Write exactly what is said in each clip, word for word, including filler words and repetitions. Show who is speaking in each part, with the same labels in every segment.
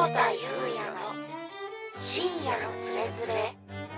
Speaker 1: 田裕也の深夜のつれづれ。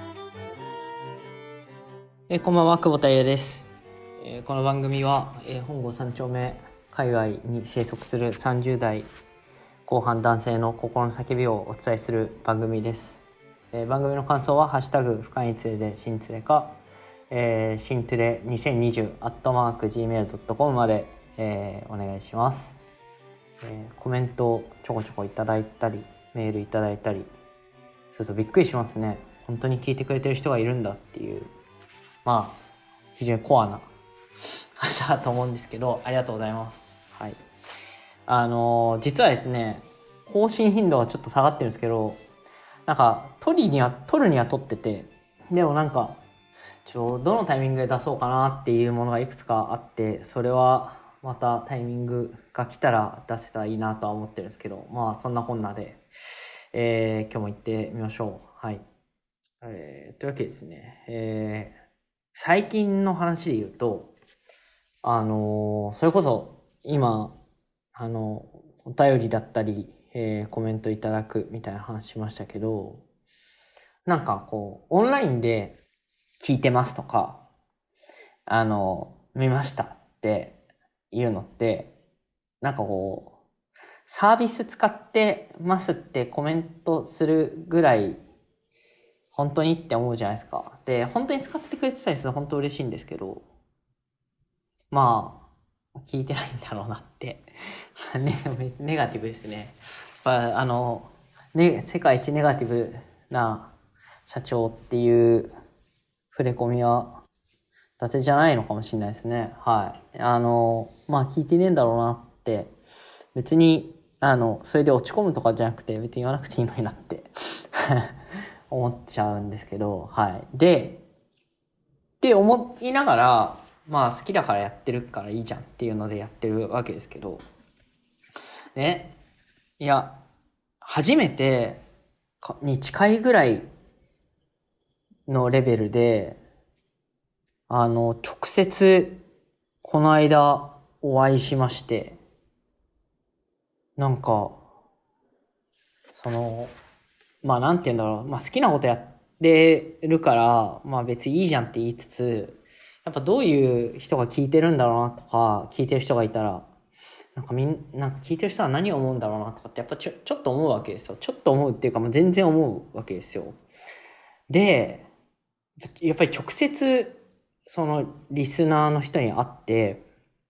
Speaker 2: えー、こんばんは、久保田裕也です。えー、この番組は、えー、本郷三丁目界隈に生息するさんじゅう代後半男性の心の叫びをお伝えする番組です。えー、番組の感想はハッシュタグ深いつれで新つれか、えー、新つれにせんにじゅうアットマークジーメールドットコム まで、えー、お願いします。えー、コメントをちょこちょこいただいたりメールいただいたりするとびっくりしますね。本当に聞いてくれてる人がいるんだっていう、まあ非常にコアな方だと思うんですけど、ありがとうございます。はい。あのー、実はですね、更新頻度はちょっと下がってるんですけど、なんか取りには取るには取ってて、でもなんかちょどのタイミングで出そうかなっていうものがいくつかあって、それはまたタイミングが来たら出せたらいいなとは思ってるんですけど、まあそんなこんなで、えー、今日も行ってみましょう。はい。えー、というわけですね、えー、最近の話で言うと、あのー、それこそ今あのお便りだったり、えー、コメントいただくみたいな話しましたけど、なんかこうオンラインで聞いてますとか、あの見ましたっていうのって、なんかこうサービス使ってますってコメントするぐらい本当にって思うじゃないですか。で、本当に使ってくれてたりすると本当嬉しいんですけど、まあ聞いてないんだろうなってネ, ネガティブですね。あの、ね、世界一ネガティブな社長っていう触れ込みは伊達じゃないのかもしれないですね。はい。あの、まあ聞いてねえんだろうなって、別に、あの、それで落ち込むとかじゃなくて、別に言わなくていいのになって思っちゃうんですけど、はい。で、って思いながら、まあ好きだからやってるからいいじゃんっていうのでやってるわけですけど、ね、いや、初めてに近いぐらいのレベルで、あの、直接、この間お会いしまして、なんか、その、まあなんて言うんだろう、まあ好きなことやってるから、まあ別にいいじゃんって言いつつ、やっぱどういう人が聞いてるんだろうなとか、聞いてる人がいたら、なんかみんなんか聞いてる人は何を思うんだろうなとかってやっぱちょちょっと思うわけですよ。ちょっと思うっていうかもう全然思うわけですよ。で、やっぱり直接そのリスナーの人に会って、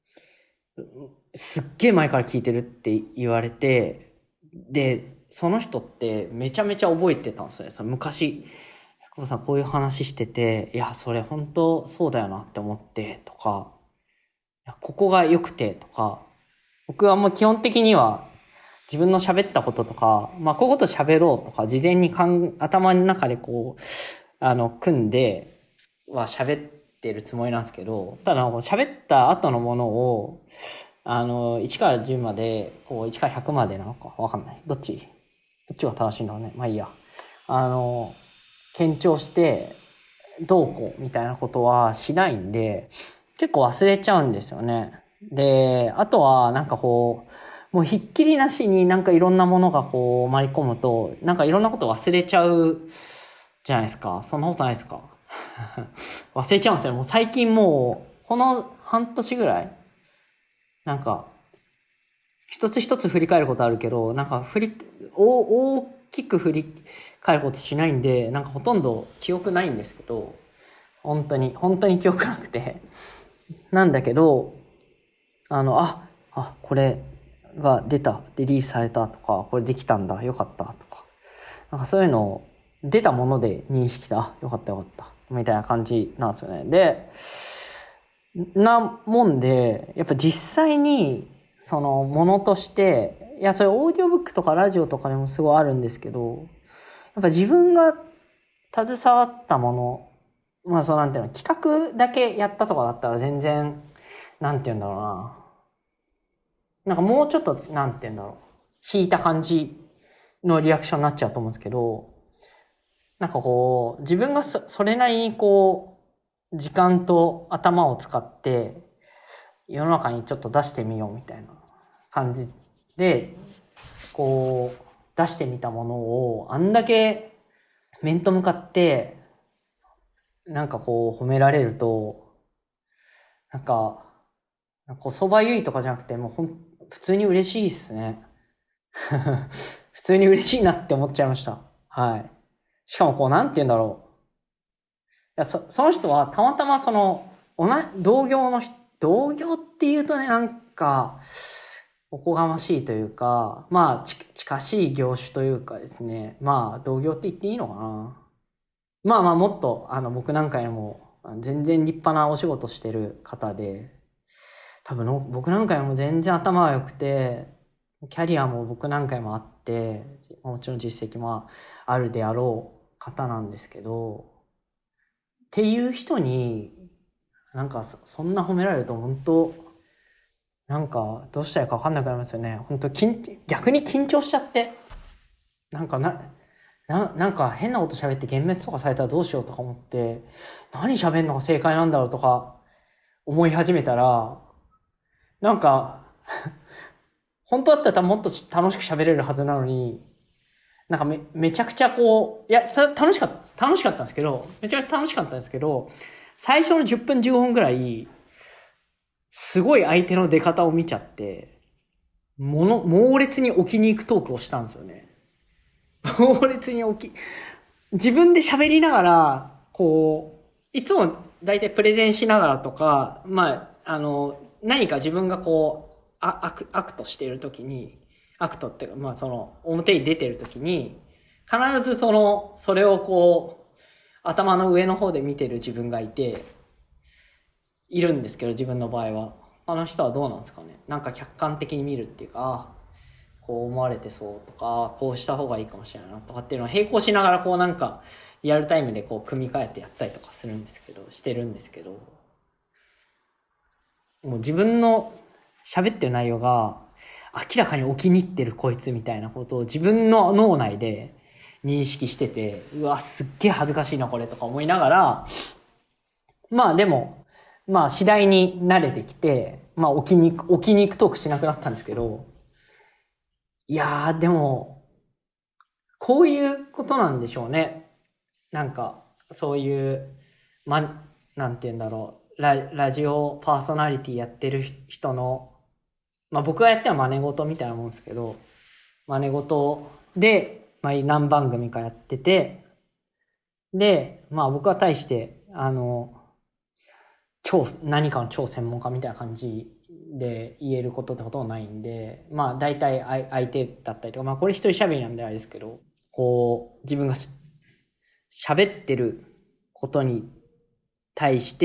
Speaker 2: すっげえ前から聞いてるって言われて、で、その人ってめちゃめちゃ覚えてたんですよね。その昔、久保さんこういう話してて、いや、それ本当そうだよなって思ってとか、いやここが良くてとか、僕はもう基本的には自分の喋ったこととか、まあこういうこと喋ろうとか、事前にかん頭の中でこう、あの、組んでは喋ってるつもりなんですけど、ただ喋った後のものを、あの、いちからじゅうまで、こう、いちからひゃくまでなのかわかんない。どっちどっちが正しいんだろうね。まあいいや。あの、堅調して、どうこうみたいなことはしないんで、結構忘れちゃうんですよね。で、あとはなんかこう、もうひっきりなしになんかいろんなものがこう、舞い込むと、なんかいろんなこと忘れちゃうじゃないですか。そんなことないですか忘れちゃうんですよ。もう最近もう、この半年ぐらいなんか、一つ一つ振り返ることあるけど、なんか振り、大きく振り返ることしないんで、なんかほとんど記憶ないんですけど、本当に、本当に記憶なくて。なんだけど、あの、あ、あ、これが出た、リリースされたとか、これできたんだ、よかったとか。なんかそういうのを出たもので認識した、あ、よかったよかった、みたいな感じなんですよね。で、なもんで、やっぱ実際に、そのものとして、いや、それオーディオブックとかラジオとかでもすごいあるんですけど、やっぱ自分が携わったもの、まあそうなんていうの、企画だけやったとかだったら全然、なんていうんだろうな。なんかもうちょっと、なんていうんだろう。引いた感じのリアクションになっちゃうと思うんですけど、なんかこう、自分が そ, それなりにこう、時間と頭を使って、世の中にちょっと出してみようみたいな感じで、こう、 出してみたものをあんだけ面と向かってなんかこう褒められると、なんかこそばゆいとかじゃなくてもうほん普通に嬉しいっすね。普通に嬉しいなって思っちゃいました。はい。しかもこうなんて言うんだろう。いやそその人はたまたまその同同業の同業っていうとねなんかおこがましいというか、まあち近しい業種というかですね、まあ同業って言っていいのかな。まあまあもっとあの僕なんかよりも全然立派なお仕事してる方で、多分の僕なんかよりも全然頭が良くて、キャリアも僕なんかよりもあって、もちろん実績もあるであろう方なんですけど、っていう人になんか そ, そんな褒められると本当なんかどうしたらいいか分かんなくなりますよね。本当逆に緊張しちゃって、なんかなななんか変なこと喋って幻滅とかされたらどうしようとか思って、何喋るのが正解なんだろうとか思い始めたら、なんか本当だったらもっと楽しく喋れるはずなのに、なんかめめちゃくちゃこういや楽しかった楽しかったんですけどめちゃくちゃ楽しかったんですけど最初のじゅっぷんじゅうごふんぐらいすごい相手の出方を見ちゃってもの猛烈に置きに行くトークをしたんですよね。猛烈に置き自分で喋りながらこういつもだいたいプレゼンしながらとか、まああの何か自分がこうあアクアクトしているときにアクトっていうか、まあその、表に出てるときに、必ずその、それをこう、頭の上の方で見てる自分がいて、いるんですけど、自分の場合は。他の人はどうなんですかね。なんか客観的に見るっていうか、こう思われてそうとか、こうした方がいいかもしれないなとかっていうのを並行しながらこうなんか、リアルタイムでこう組み替えてやったりとかするんですけど、してるんですけど、もう自分の喋ってる内容が、明らかにお気に入ってるこいつみたいなことを自分の脳内で認識してて、うわすっげえ恥ずかしいなこれとか思いながら、まあでもまあ次第に慣れてきて、まあ置きに行く置きに行くトークしなくなったんですけど、いやーでもこういうことなんでしょうね。なんかそういうまなんて言うんだろう、ララジオパーソナリティやってる人の、まあ僕がやっては真似事みたいなもんですけど、真似事で、まあ何番組かやってて、で、まあ僕は対して、あの、超、何かの超専門家みたいな感じで言えることってほとんどないんで、まあ大体相手だったりとか、まあこれ一人喋りなんであれですけど、こう、自分が喋ってることに対して、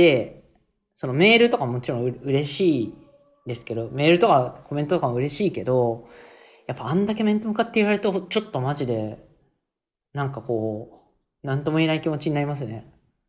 Speaker 2: そのメールとかももちろん嬉しいですけど、メールとかコメントとかも嬉しいけど、やっぱあんだけ面と向かって言われるとちょっとマジでなんかこうなんとも言えない気持ちになりますね。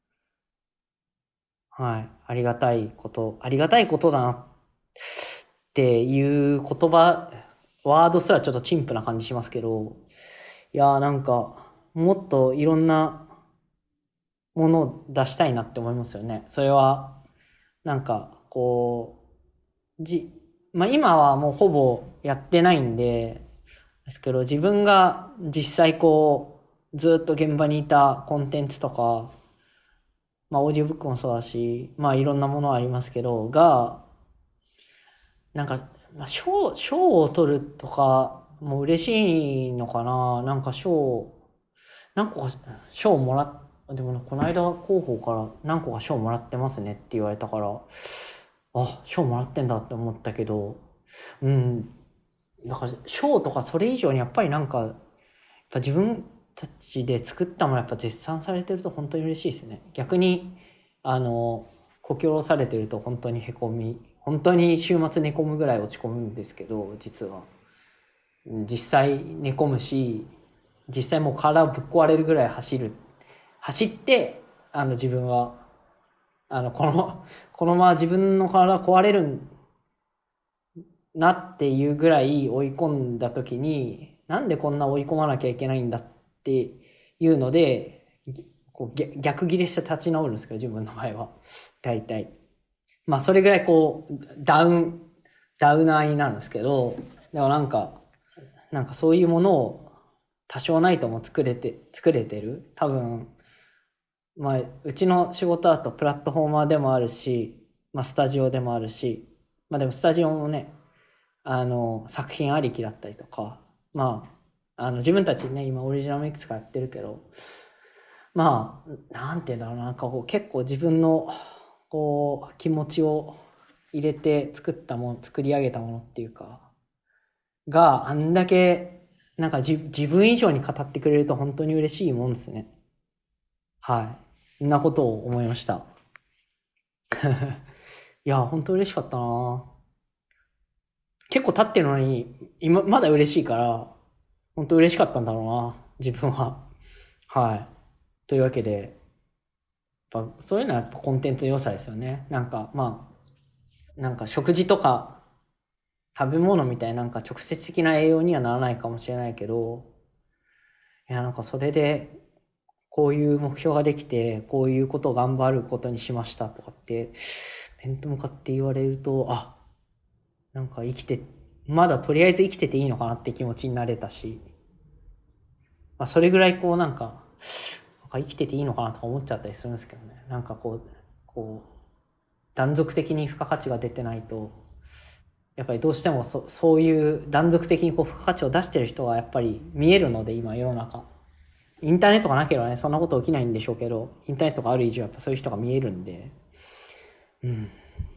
Speaker 2: はい、ありがたいことありがたいことだなっていう言葉ワードすらちょっと陳腐な感じしますけど、いやーなんかもっといろんなものを出したいなって思いますよね。それはなんかこうじまあ今はもうほぼやってないんでですけど、自分が実際こうずっと現場にいたコンテンツとか、まあオーディオブックもそうだし、まあいろんなものありますけどが、なんか、まあ、賞賞を取るとかも嬉しいのかな。なんか賞何個か賞もらっでもこの間広報から何個か賞もらってますねって言われたから、あ賞もらってんだって思ったけど、うんだから賞とかそれ以上にやっぱりなんかやっぱ自分たちで作ったものやっぱ絶賛されてると本当に嬉しいですね。逆にあのこき下ろされてると本当にへこみ本当に週末寝込むぐらい落ち込むんですけど、実は実際寝込むし、実際もう体ぶっ壊れるぐらい走る走ってあの自分はあのこのこのまま自分の体壊れるなっていうぐらい追い込んだ時に、なんでこんな追い込まなきゃいけないんだっていうのでこう逆ギレして立ち直るんですけど、自分の場合は大体まあそれぐらいこうダウンダウナーになるんですけど、でもなんかなんかそういうものを多少ないとも作れて作れてる。多分まあうちの仕事だとプラットフォーマーでもあるし、まあスタジオでもあるし、まあでもスタジオもね、あの作品ありきだったりとか、まああの自分たちね今オリジナルもいくつかやってるけど、まあなんていうんだろうな、なんかこう結構自分のこう気持ちを入れて作ったもの、作り上げたものっていうかがあんだけなんかじ自分以上に語ってくれると本当に嬉しいもんですね。はい、そんなことを思いました。いや本当嬉しかったな。結構経ってるのに今まだ嬉しいから本当嬉しかったんだろうな自分は。はい、というわけでやっぱそういうのはやっぱコンテンツの良さですよね。なんかまあなんか食事とか食べ物みたいななんか直接的な栄養にはならないかもしれないけど、いやなんかそれでこういう目標ができてこういうことを頑張ることにしましたとかって面と向かって言われると、あ、なんか生きてまだとりあえず生きてていいのかなって気持ちになれたし、まあ、それぐらいこうなんかなんか生きてていいのかなとか思っちゃったりするんですけどね。なんかこうこう断続的に付加価値が出てないとやっぱりどうしても そ, そういう断続的にこう付加価値を出してる人はやっぱり見えるので、今世の中インターネットがなければねそんなこと起きないんでしょうけど、インターネットがある以上やっぱそういう人が見えるんで、うん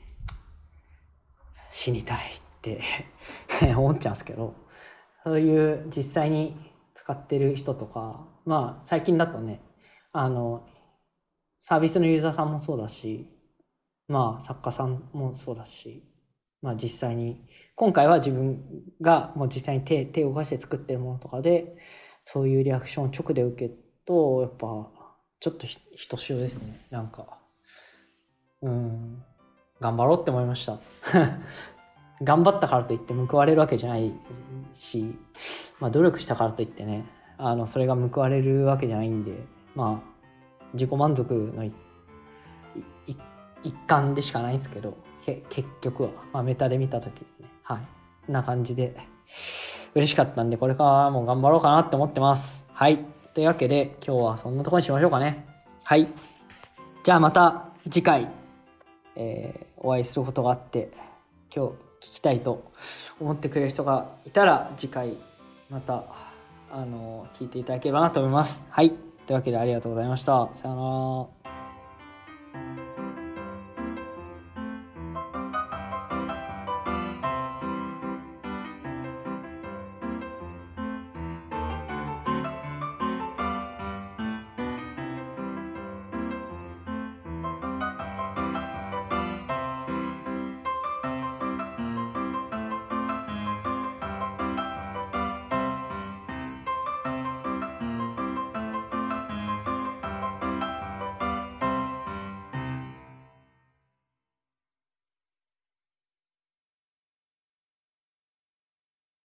Speaker 2: 死にたいって思っちゃうんですけど、そういう実際に使ってる人とか、まあ最近だとねあのサービスのユーザーさんもそうだし、まあ作家さんもそうだし、まあ実際に今回は自分がもう実際に手手を動かして作ってるものとかでそういうリアクションを直で受けるとやっぱちょっとひひとしおですね。なんかうん頑張ろうって思いました頑張ったからといって報われるわけじゃないし、まあ努力したからといってねあのそれが報われるわけじゃないんで、まあ自己満足のいい一環でしかないんですけど、け結局は、まあ、メタで見た時にね、はい、こんな感じで嬉しかったんで、これからも頑張ろうかなって思ってます。はい、というわけで今日はそんなところにしましょうかね。はい、じゃあまた次回、えー、お会いすることがあって今日聞きたいと思ってくれる人がいたら次回またあの聞いていただければなと思います。はい、というわけでありがとうございました。さよなら。